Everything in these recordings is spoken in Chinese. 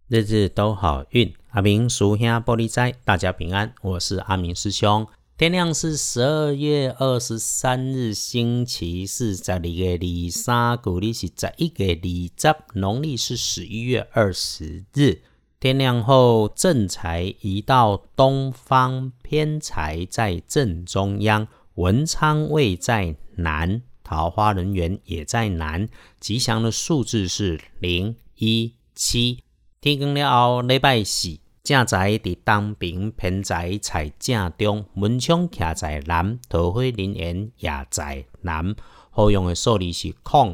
日日都好运，阿明属兄玻璃斋，大家平安，我是阿明师兄。天亮是12月23日星期四，12月23，古历是11月20，农历是11月20日。天亮后，正财移到东方，偏财在正中央，文昌位在南，桃花人缘也在南，吉祥的数字是017。天光了后，礼拜四，正财伫东边，偏财在正中，文昌徛在南，桃花人缘也在南。好用的数字是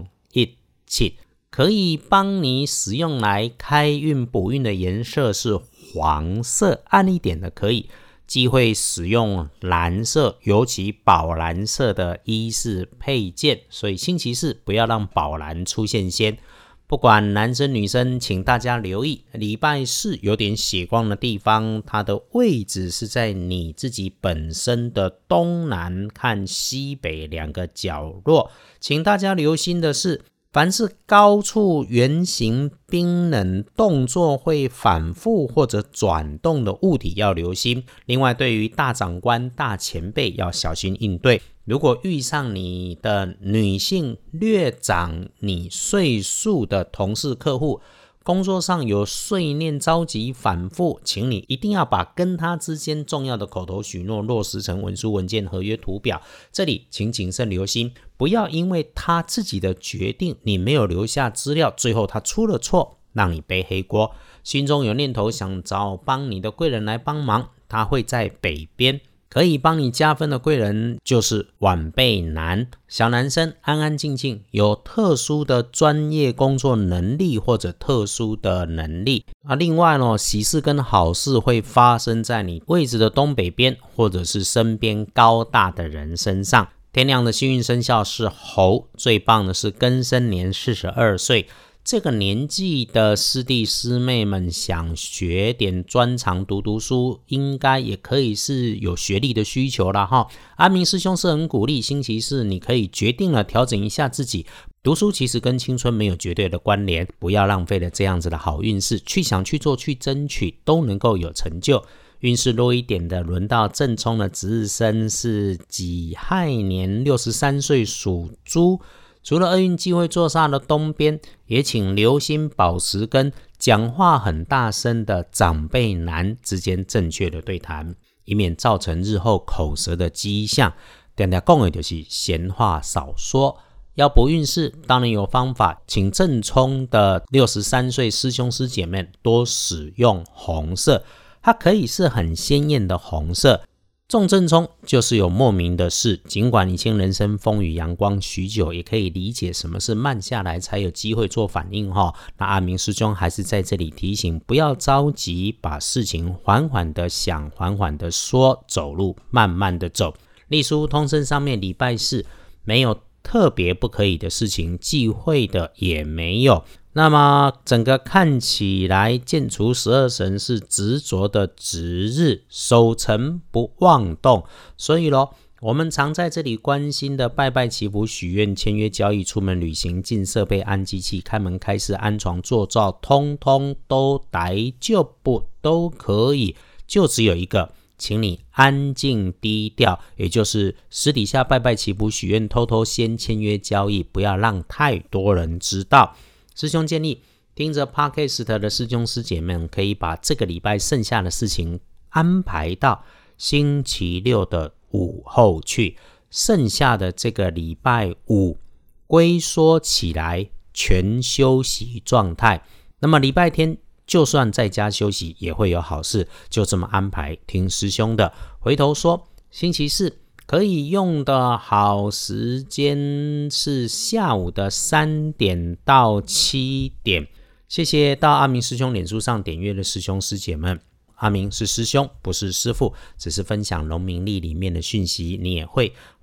017，可以帮你使用来开运补运的颜色是黄色，暗一点的可以。忌讳使用蓝色，尤其宝蓝色的衣饰配件，所以星期四不要让宝蓝出现先。不管男生女生，请大家留意，礼拜四有点血光的地方，它的位置是在你自己本身的东南看西北两个角落。请大家留心的是，凡是高处圆形冰冷动作会反复或者转动的物体要留心。另外，对于大长官大前辈要小心应对。如果遇上你的女性略长你岁数的同事客户，工作上有碎念着急反复，请你一定要把跟他之间重要的口头许诺落实成文书文件合约图表。这里请谨慎留心，不要因为他自己的决定你没有留下资料，最后他出了错让你背黑锅。心中有念头想找帮你的贵人来帮忙，他会在北边，可以帮你加分的贵人就是晚辈男，小男生安安静静，有特殊的专业工作能力或者特殊的能力。另外喜事跟好事会发生在你位置的东北边，或者是身边高大的人身上。天亮的幸运生肖是猴，最棒的是庚申年42岁。这个年纪的师弟师妹们想学点专长读书，应该也可以是有学历的需求啦哈。阿明师兄是很鼓励，星期四你可以决定了调整一下自己。读书其实跟青春没有绝对的关联，不要浪费了这样子的好运势，去想去做去争取都能够有成就。运势弱一点的，轮到正冲的值日生是己亥年63岁属猪。除了厄运忌讳坐煞的东边，也请留心保持跟讲话很大声的长辈男之间正确的对谈，以免造成日后口舌的迹象。常常讲的就是闲话少说。要补运势当然有方法，请正冲的63岁师兄师姐妹多使用红色，它可以是很鲜艳的红色。重正冲就是有莫名的事，尽管已经人生风雨阳光许久，也可以理解什么是慢下来才有机会做反应那阿明师兄还是在这里提醒，不要着急，把事情缓缓的想，缓缓的说，走路慢慢的走。隶书通身上面礼拜四没有特别不可以的事情，忌讳的也没有。那么整个看起来建除12神是执着的值日，守成不妄动，所以我们常在这里关心的拜拜祈福许愿签约交易出门旅行进设备安机器开门开市安床做灶，通通都大丈夫都可以，就只有一个，请你安静低调，也就是私底下拜拜祈福许愿偷偷先签约交易，不要让太多人知道。师兄建议听着 Podcast 的师兄师姐们可以把这个礼拜剩下的事情安排到星期六的午后去，剩下的这个礼拜五龟缩起来全休息状态。那么礼拜天就算在家休息也会有好事，就这么安排听师兄的。回头说星期四可以用的好时间是下午的3点到7点。谢谢到阿明师兄脸书上点阅的师兄师姐们。阿明是师兄，不是师父，只是分享农民历里面的讯息，你也会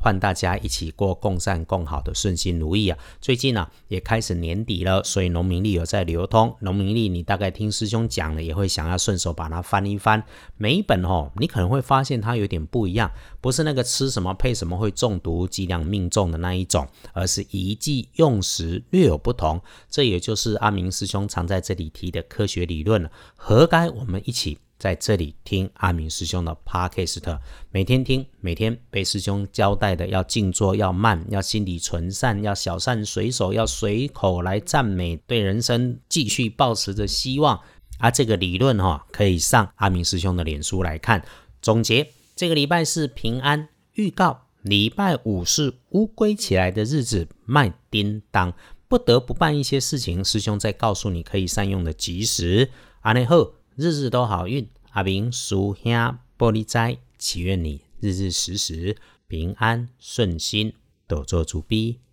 换大家一起过共善共好的顺心如意啊。最近啊也开始年底了，所以农民历有在流通，农民历你大概听师兄讲了也会想要顺手把它翻一翻。每一本你可能会发现它有点不一样，不是那个吃什么配什么会中毒剂量命中的那一种，而是一剂用时略有不同。这也就是阿明师兄常在这里提的科学理论了，何该我们一起在这里听阿明师兄的 Podcast， 每天听，每天被师兄交代的要静坐，要慢，要心里存善，要小善随手，要随口来赞美，对人生继续抱持着希望。这个理论可以上阿明师兄的脸书来看。总结，这个礼拜是平安，预告礼拜五是乌龟起来的日子，卖叮当，不得不办一些事情，师兄再告诉你可以善用的及时。安尼好，日日都好运，阿明师兄玻璃斋，祈愿你日日时时平安顺心，多做主逼。